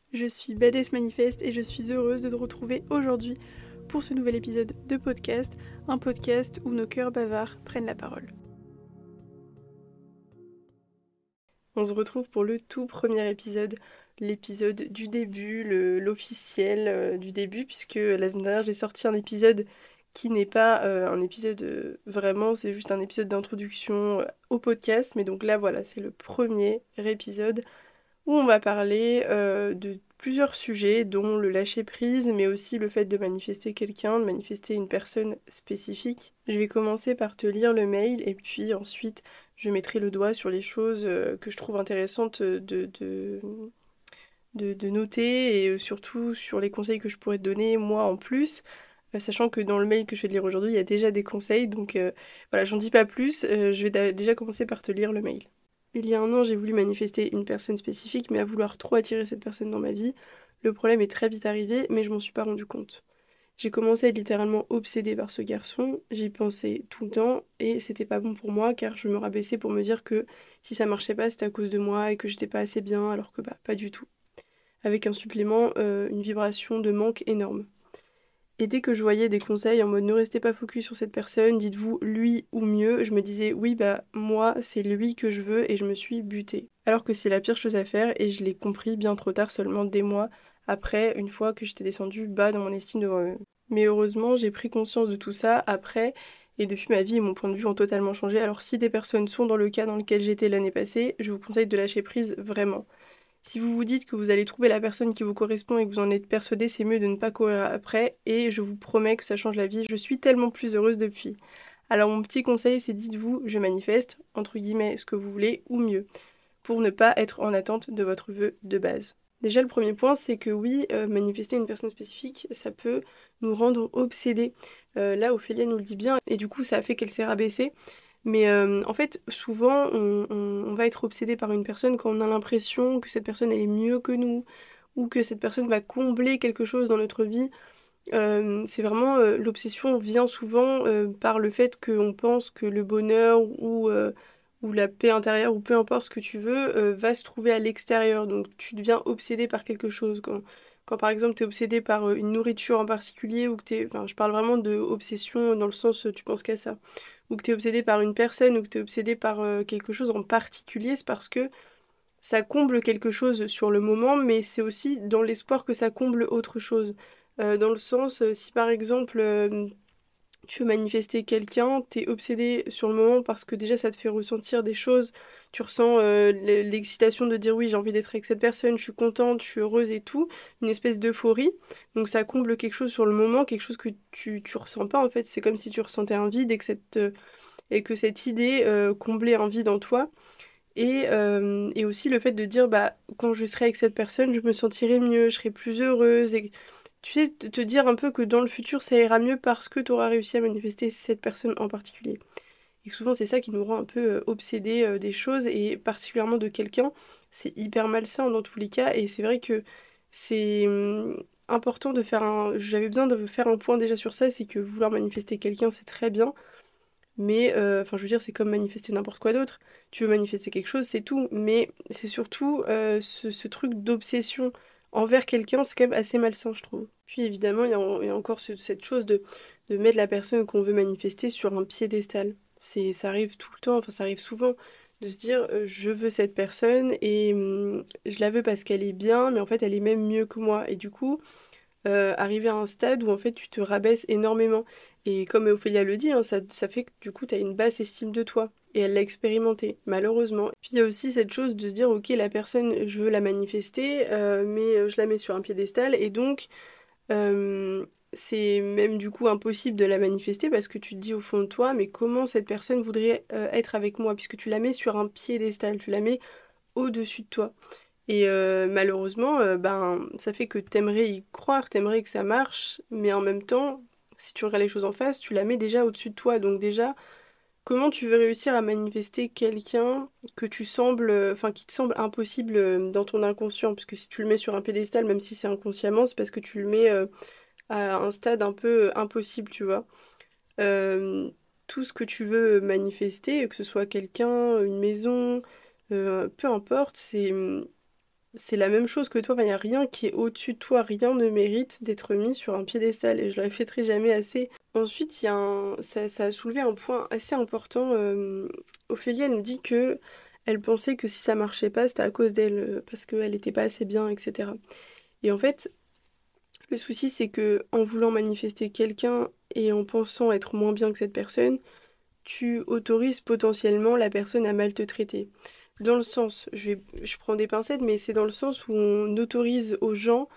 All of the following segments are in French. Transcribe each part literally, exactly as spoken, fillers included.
Je suis Badass Manifeste et je suis heureuse de te retrouver aujourd'hui pour ce nouvel épisode de podcast, un podcast où nos cœurs bavards prennent la parole. On se retrouve pour le tout premier épisode, l'épisode du début, le, l'officiel euh, du début, puisque la semaine dernière j'ai sorti un épisode qui n'est pas euh, un épisode euh, vraiment, c'est juste un épisode d'introduction euh, au podcast, mais donc là voilà, c'est le premier épisode où on va parler euh, de plusieurs sujets, dont le lâcher-prise, mais aussi le fait de manifester quelqu'un, de manifester une personne spécifique. Je vais commencer par te lire le mail, et puis ensuite je mettrai le doigt sur les choses euh, que je trouve intéressantes de, de, de, de noter, et surtout sur les conseils que je pourrais te donner, moi en plus. Euh, Sachant que dans le mail que je vais te lire aujourd'hui, il y a déjà des conseils, donc euh, voilà, j'en dis pas plus, euh, je vais da- déjà commencer par te lire le mail. Il y a un an, j'ai voulu manifester une personne spécifique, mais à vouloir trop attirer cette personne dans ma vie, le problème est très vite arrivé, mais je m'en suis pas rendu compte. J'ai commencé à être littéralement obsédée par ce garçon, j'y pensais tout le temps, et c'était pas bon pour moi, car je me rabaissais pour me dire que si ça marchait pas, c'était à cause de moi, et que j'étais pas assez bien, alors que bah, pas du tout. Avec un supplément, euh, une vibration de manque énorme. Et dès que je voyais des conseils en mode ne restez pas focus sur cette personne, dites-vous lui ou mieux, je me disais oui bah moi c'est lui que je veux et je me suis butée. Alors que c'est la pire chose à faire et je l'ai compris bien trop tard, seulement des mois après, une fois que j'étais descendue bas dans mon estime devant eux. Mais heureusement j'ai pris conscience de tout ça après et depuis ma vie et mon point de vue ont totalement changé. Alors si des personnes sont dans le cas dans lequel j'étais l'année passée, je vous conseille de lâcher prise vraiment. Si vous vous dites que vous allez trouver la personne qui vous correspond et que vous en êtes persuadé, c'est mieux de ne pas courir après et je vous promets que ça change la vie. Je suis tellement plus heureuse depuis. Alors mon petit conseil, c'est dites-vous, je manifeste, entre guillemets, ce que vous voulez ou mieux, pour ne pas être en attente de votre vœu de base. Déjà, le premier point, c'est que oui, euh, manifester une personne spécifique, ça peut nous rendre obsédés. Euh, là, Ophélia nous le dit bien, et du coup, ça a fait qu'elle s'est rabaissée. Mais euh, en fait, souvent, on, on- on va être obsédé par une personne quand on a l'impression que cette personne, elle est mieux que nous, ou que cette personne va combler quelque chose dans notre vie. Euh, c'est vraiment, euh, l'obsession vient souvent euh, par le fait qu'on pense que le bonheur ou, euh, ou la paix intérieure, ou peu importe ce que tu veux, euh, va se trouver à l'extérieur. Donc tu deviens obsédé par quelque chose. Quand, quand par exemple tu es obsédé par euh, une nourriture en particulier, ou que t'es, enfin je parle vraiment de obsession dans le sens euh, tu penses qu'à ça, ou que tu es obsédé par une personne, ou que tu es obsédé par euh, quelque chose en particulier, c'est parce que ça comble quelque chose sur le moment, mais c'est aussi dans l'espoir que ça comble autre chose. Euh, dans le sens, euh, si par exemple euh, tu veux manifester quelqu'un, t'es obsédé sur le moment parce que déjà ça te fait ressentir des choses, tu ressens euh, l- l'excitation de dire oui j'ai envie d'être avec cette personne, je suis contente, je suis heureuse et tout, une espèce d'euphorie, donc ça comble quelque chose sur le moment, quelque chose que tu, tu ressens pas en fait, c'est comme si tu ressentais un vide et que cette, euh, et que cette idée euh, comblait un vide en toi. Et, euh, et aussi le fait de dire, bah, quand je serai avec cette personne, je me sentirai mieux, je serai plus heureuse. Et tu sais, te te dire un peu que dans le futur, ça ira mieux parce que tu auras réussi à manifester cette personne en particulier. Et souvent, c'est ça qui nous rend un peu euh, obsédés euh, des choses, et particulièrement de quelqu'un. C'est hyper malsain dans tous les cas. Et c'est vrai que c'est hum, important de faire un... J'avais besoin de faire un point déjà sur ça, c'est que vouloir manifester quelqu'un, c'est très bien. Mais, euh, enfin, je veux dire, c'est comme manifester n'importe quoi d'autre. Tu veux manifester quelque chose, c'est tout. Mais c'est surtout euh, ce, ce truc d'obsession envers quelqu'un, c'est quand même assez malsain, je trouve. Puis évidemment, il y a, en- il y a encore ce- cette chose de, de mettre la personne qu'on veut manifester sur un piédestal. C'est, ça arrive tout le temps, enfin, ça arrive souvent de se dire, euh, je veux cette personne et hum, je la veux parce qu'elle est bien, mais en fait, elle est même mieux que moi. Et du coup, euh, arriver à un stade où en fait tu te rabaisses énormément. Et comme Ophélia le dit, hein, ça, ça fait que du coup tu as une basse estime de toi. Et elle l'a expérimenté, malheureusement. Puis il y a aussi cette chose de se dire, ok, la personne, je veux la manifester, euh, mais euh, je la mets sur un piédestal, et donc euh, c'est même du coup impossible de la manifester parce que tu te dis au fond de toi, mais comment cette personne voudrait euh, être avec moi, puisque tu la mets sur un piédestal, tu la mets au-dessus de toi. Et euh, malheureusement, euh, ben, ça fait que t'aimerais y croire, t'aimerais que ça marche, mais en même temps, si tu regardes les choses en face, tu la mets déjà au-dessus de toi. Donc déjà, comment tu veux réussir à manifester quelqu'un que tu sembles, euh, enfin, qui te semble impossible euh, dans ton inconscient? Parce que si tu le mets sur un pédestal, même si c'est inconsciemment, c'est parce que tu le mets euh, à un stade un peu euh, impossible, tu vois. Euh, tout ce que tu veux manifester, que ce soit quelqu'un, une maison, euh, peu importe, c'est c'est la même chose que toi, il n'y a rien qui est au-dessus de toi, rien ne mérite d'être mis sur un piédestal et je le répéterai jamais assez. Ensuite, il y a un... ça, ça a soulevé un point assez important. euh, Ophélie, elle nous dit que elle pensait que si ça marchait pas, c'était à cause d'elle, euh, parce qu'elle n'était pas assez bien, et cetera. Et en fait, le souci, c'est que en voulant manifester quelqu'un et en pensant être moins bien que cette personne, tu autorises potentiellement la personne à mal te traiter. Dans le sens, je vais, je prends des pincettes, mais c'est dans le sens où on autorise aux gens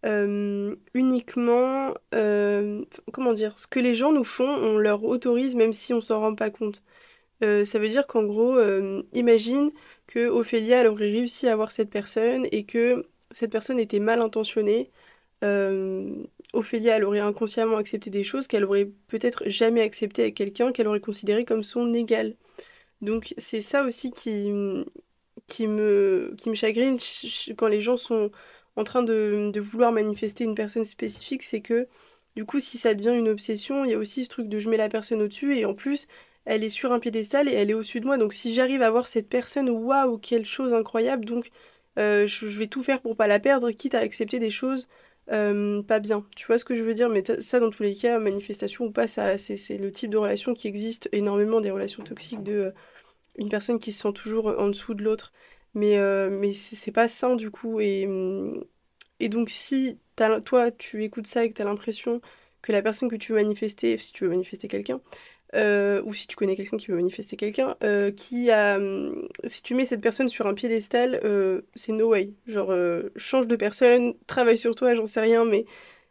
euh, uniquement, euh, comment dire, ce que les gens nous font, on leur autorise même si on s'en rend pas compte. Euh, ça veut dire qu'en gros, euh, imagine que Ophélia, elle aurait réussi à avoir cette personne et que cette personne était mal intentionnée. Euh, Ophélia, elle aurait inconsciemment accepté des choses qu'elle aurait peut-être jamais acceptées avec quelqu'un qu'elle aurait considéré comme son égal. Donc c'est ça aussi qui, qui me, qui me chagrine ch- ch- quand les gens sont en train de, de vouloir manifester une personne spécifique, c'est que du coup, si ça devient une obsession, il y a aussi ce truc de je mets la personne au-dessus et en plus, elle est sur un piédestal et elle est au-dessus de moi. Donc si j'arrive à voir cette personne, waouh, quelle chose incroyable, donc euh, je, je vais tout faire pour pas la perdre, quitte à accepter des choses euh, pas bien. Tu vois ce que je veux dire? Mais t- ça, dans tous les cas, manifestation ou pas, ça, c'est c'est le type de relation qui existe énormément, des relations toxiques de euh, une personne qui se sent toujours en dessous de l'autre. Mais, euh, mais c'est c'est pas sain du coup. Et, hum, et donc si t'as- toi tu écoutes ça et que t'as l'impression que la personne que tu veux manifester, si tu veux manifester quelqu'un, euh, ou si tu connais quelqu'un qui veut manifester quelqu'un, euh, qui a... hum, si tu mets cette personne sur un piédestal, euh, c'est no way. Genre, euh, change de personne, travaille sur toi, j'en sais rien, mais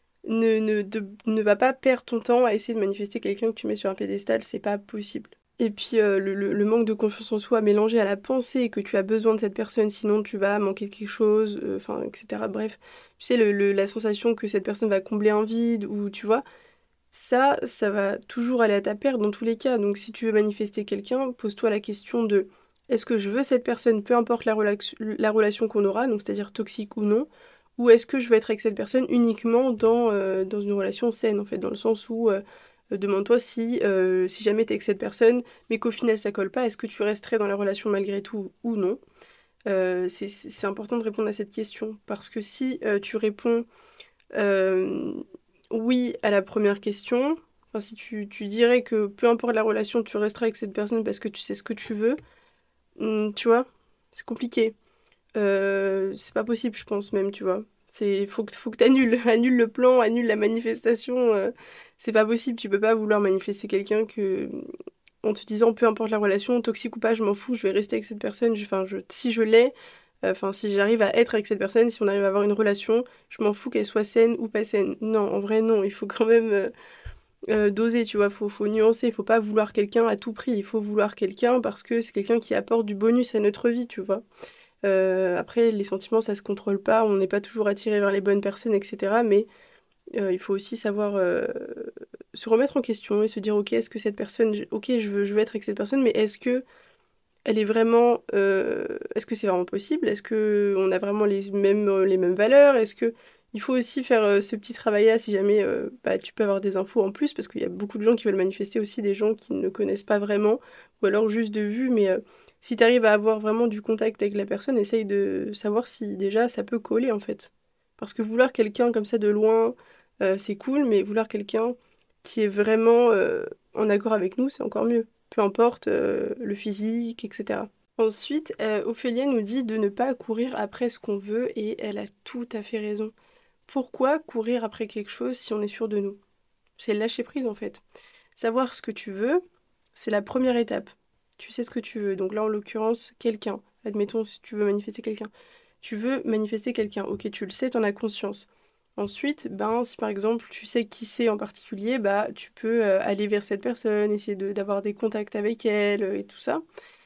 ne, ne, de- ne va pas perdre ton temps à essayer de manifester quelqu'un que tu mets sur un piédestal, c'est pas possible. Et puis euh, le, le- le manque de confiance en soi mélangé à la pensée que tu as besoin de cette personne, sinon tu vas manquer de quelque chose, euh, enfin, et cetera. Bref, tu sais, le, le- la sensation que cette personne va combler un vide, ou tu vois, ça, ça va toujours aller à ta perte dans tous les cas. Donc si tu veux manifester quelqu'un, pose-toi la question de est-ce que je veux cette personne, peu importe la, relax- la relation qu'on aura, donc c'est-à-dire toxique ou non, ou est-ce que je veux être avec cette personne uniquement dans, euh, dans une relation saine, en fait, dans le sens où euh, euh, demande-toi si, euh, si jamais t'es avec cette personne, mais qu'au final ça colle pas, est-ce que tu resterais dans la relation malgré tout ou non? Euh, c'est c'est- c'est important de répondre à cette question, parce que si euh, tu réponds euh, oui à la première question, enfin, si tu, tu dirais que peu importe la relation, tu resteras avec cette personne parce que tu sais ce que tu veux, hmm, tu vois, c'est compliqué. Euh, c'est pas possible, je pense même, tu vois. C'est faut que faut que t'annules, annule le plan, annule la manifestation. euh, c'est pas possible, tu peux pas vouloir manifester quelqu'un que en te disant peu importe la relation, toxique ou pas, je m'en fous, je vais rester avec cette personne. Je- Enfin, je, si je l'ai, euh, enfin si j'arrive à être avec cette personne, si on arrive à avoir une relation, je m'en fous qu'elle soit saine ou pas saine. Non, en vrai non, il faut quand même euh, euh, doser, tu vois, faut, faut nuancer, il faut pas vouloir quelqu'un à tout prix, il faut vouloir quelqu'un parce que c'est quelqu'un qui apporte du bonus à notre vie, tu vois. Euh, après, les sentiments, ça se contrôle pas, on n'est pas toujours attiré vers les bonnes personnes, et cetera. Mais euh, il faut aussi savoir euh, se remettre en question et se dire, ok, est-ce que cette personne, j- ok, je veux, je veux être avec cette personne, mais est-ce que elle est vraiment, euh, est-ce que c'est vraiment possible? Est-ce que on a vraiment les mêmes, euh, les mêmes valeurs? Est-ce que il faut aussi faire euh, ce petit travail-là si jamais euh, bah, tu peux avoir des infos en plus, parce qu'il y a beaucoup de gens qui veulent manifester aussi des gens qui ne connaissent pas vraiment, ou alors juste de vue, mais euh, si tu arrives à avoir vraiment du contact avec la personne, essaye de savoir si déjà ça peut coller en fait. Parce que vouloir quelqu'un comme ça de loin, euh, c'est cool, mais vouloir quelqu'un qui est vraiment euh, en accord avec nous, c'est encore mieux. Peu importe euh, le physique, et cetera. Ensuite, euh, Ophélia nous dit de ne pas courir après ce qu'on veut et elle a tout à fait raison. Pourquoi courir après quelque chose si on est sûr de nous? C'est lâcher prise en fait. Savoir ce que tu veux, c'est la première étape. Tu sais ce que tu veux. Donc là, en l'occurrence, quelqu'un. Admettons si tu veux manifester quelqu'un. Tu veux manifester quelqu'un. Ok, tu le sais, t'en as conscience. Ensuite, ben, si par exemple tu sais qui c'est en particulier, bah tu peux euh, aller vers cette personne, essayer de- d'avoir des contacts avec elle euh, et tout ça.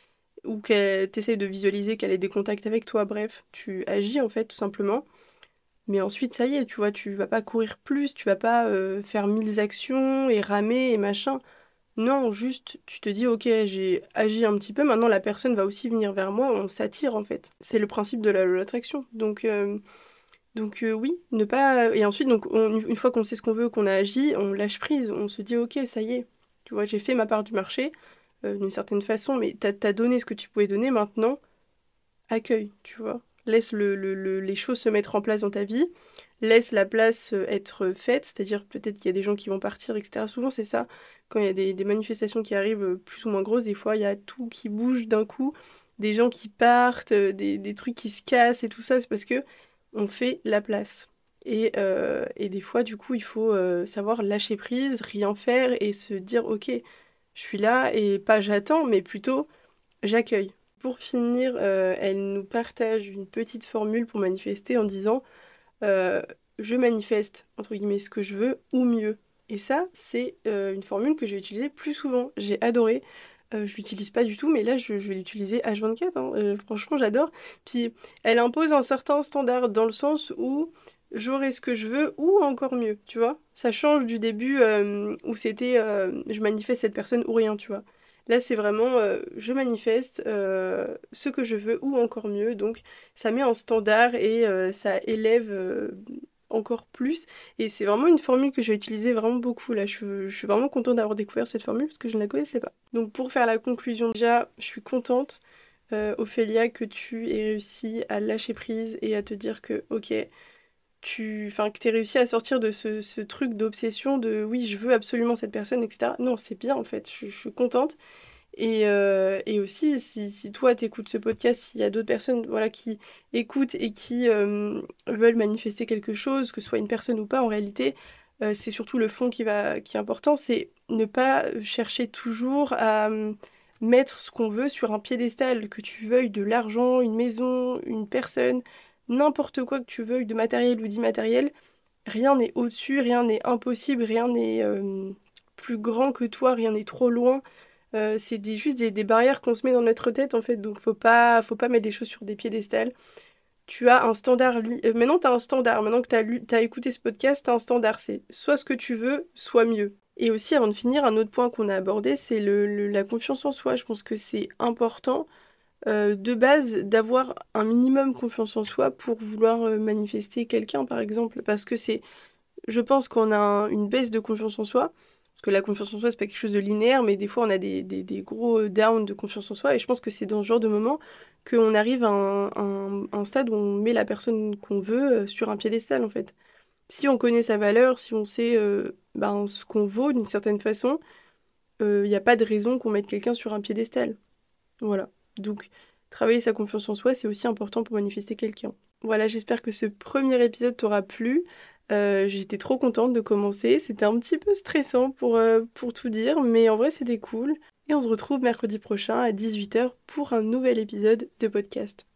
Ou qu'elle t'essaye de visualiser qu'elle ait des contacts avec toi. Bref, tu agis en fait tout simplement. Mais ensuite, ça y est, tu vois, tu vas pas courir plus, tu vas pas euh, faire mille actions et ramer et machin. Non, juste, tu te dis, ok, j'ai agi un petit peu, maintenant la personne va aussi venir vers moi, on s'attire en fait. C'est le principe de la loi de l'attraction. Donc, euh, donc euh, oui, ne pas... Et ensuite, donc, on- une fois qu'on sait ce qu'on veut, qu'on a agi, on lâche prise, on se dit, ok, ça y est, tu vois, j'ai fait ma part du marché, euh, d'une certaine façon, mais t'as, t'as donné ce que tu pouvais donner, maintenant, accueille, tu vois. laisse le, le- le- les choses se mettre en place dans ta vie, laisse la place euh, être faite, c'est-à-dire peut-être qu'il y a des gens qui vont partir, et cetera. Souvent c'est ça, quand il y a des, des manifestations qui arrivent euh, plus ou moins grosses, des fois il y a tout qui bouge d'un coup, des gens qui partent, euh, des, des trucs qui se cassent et tout ça, c'est parce que on fait la place. Et, euh, et des fois, du coup, il faut euh, savoir lâcher prise, rien faire et se dire, ok, je suis là et pas j'attends, mais plutôt j'accueille. Pour finir, euh, elle nous partage une petite formule pour manifester en disant euh, je manifeste, entre guillemets, ce que je veux ou mieux. Et ça, c'est euh, une formule que je vais utiliser plus souvent. J'ai adoré. Euh, je l'utilise pas du tout, mais là, je, je vais l'utiliser H vingt-quatre, hein. Euh, franchement, j'adore. Puis, elle impose un certain standard dans le sens où j'aurai ce que je veux ou encore mieux, tu vois. Ça change du début euh, où c'était euh, je manifeste cette personne ou rien, tu vois. Là, c'est vraiment euh, je manifeste euh, ce que je veux ou encore mieux. Donc, ça met un standard et euh, ça élève euh, encore plus. Et c'est vraiment une formule que je vais utiliser vraiment beaucoup là. Je, je suis vraiment contente d'avoir découvert cette formule parce que je ne la connaissais pas. Donc pour faire la conclusion, déjà, je suis contente, euh, Ophélia, que tu aies réussi à lâcher prise et à te dire que, ok, tu, enfin, que tu aies réussi à sortir de ce, ce truc d'obsession de oui, je veux absolument cette personne, et cetera. Non, c'est bien en fait, je, je suis contente. Et, euh, et aussi, si, si toi t'écoutes ce podcast, s'il y a d'autres personnes voilà, qui écoutent et qui euh, veulent manifester quelque chose, que ce soit une personne ou pas, en réalité, euh, c'est surtout le fond qui va, qui est important, c'est ne pas chercher toujours à euh, mettre ce qu'on veut sur un piédestal, que tu veuilles de l'argent, une maison, une personne, n'importe quoi que tu veuilles, de matériel ou d'immatériel, rien n'est au-dessus, rien n'est impossible, rien n'est euh, plus grand que toi, rien n'est trop loin. Euh, c'est des, juste des, des barrières qu'on se met dans notre tête en fait, donc faut pas, faut pas mettre des choses sur des piédestals. Tu as un standard, li- euh, maintenant tu as un standard, maintenant que tu as lu, t'as écouté ce podcast, tu as un standard, c'est soit ce que tu veux, soit mieux. Et aussi avant de finir, un autre point qu'on a abordé, c'est le, le- la confiance en soi. Je pense que c'est important euh, de base d'avoir un minimum confiance en soi pour vouloir euh, manifester quelqu'un par exemple, parce que c'est je pense qu'on a un- une baisse de confiance en soi, parce que la confiance en soi, c'est pas quelque chose de linéaire, mais des fois, on a des, des- des gros downs de confiance en soi, et je pense que c'est dans ce genre de moment qu'on arrive à un, un- un stade où on met la personne qu'on veut euh, sur un piédestal, en fait. Si on connaît sa valeur, si on sait euh, ben, ce qu'on vaut d'une certaine façon, il n'y a pas de raison qu'on mette quelqu'un sur un piédestal. Voilà. Donc, travailler sa confiance en soi, c'est aussi important pour manifester quelqu'un. Voilà, j'espère que ce premier épisode t'aura plu. Euh, j'étais trop contente de commencer. C'était un petit peu stressant pour, euh, pour tout dire, mais en vrai, c'était cool. Et on se retrouve mercredi prochain à dix-huit heures pour un nouvel épisode de podcast.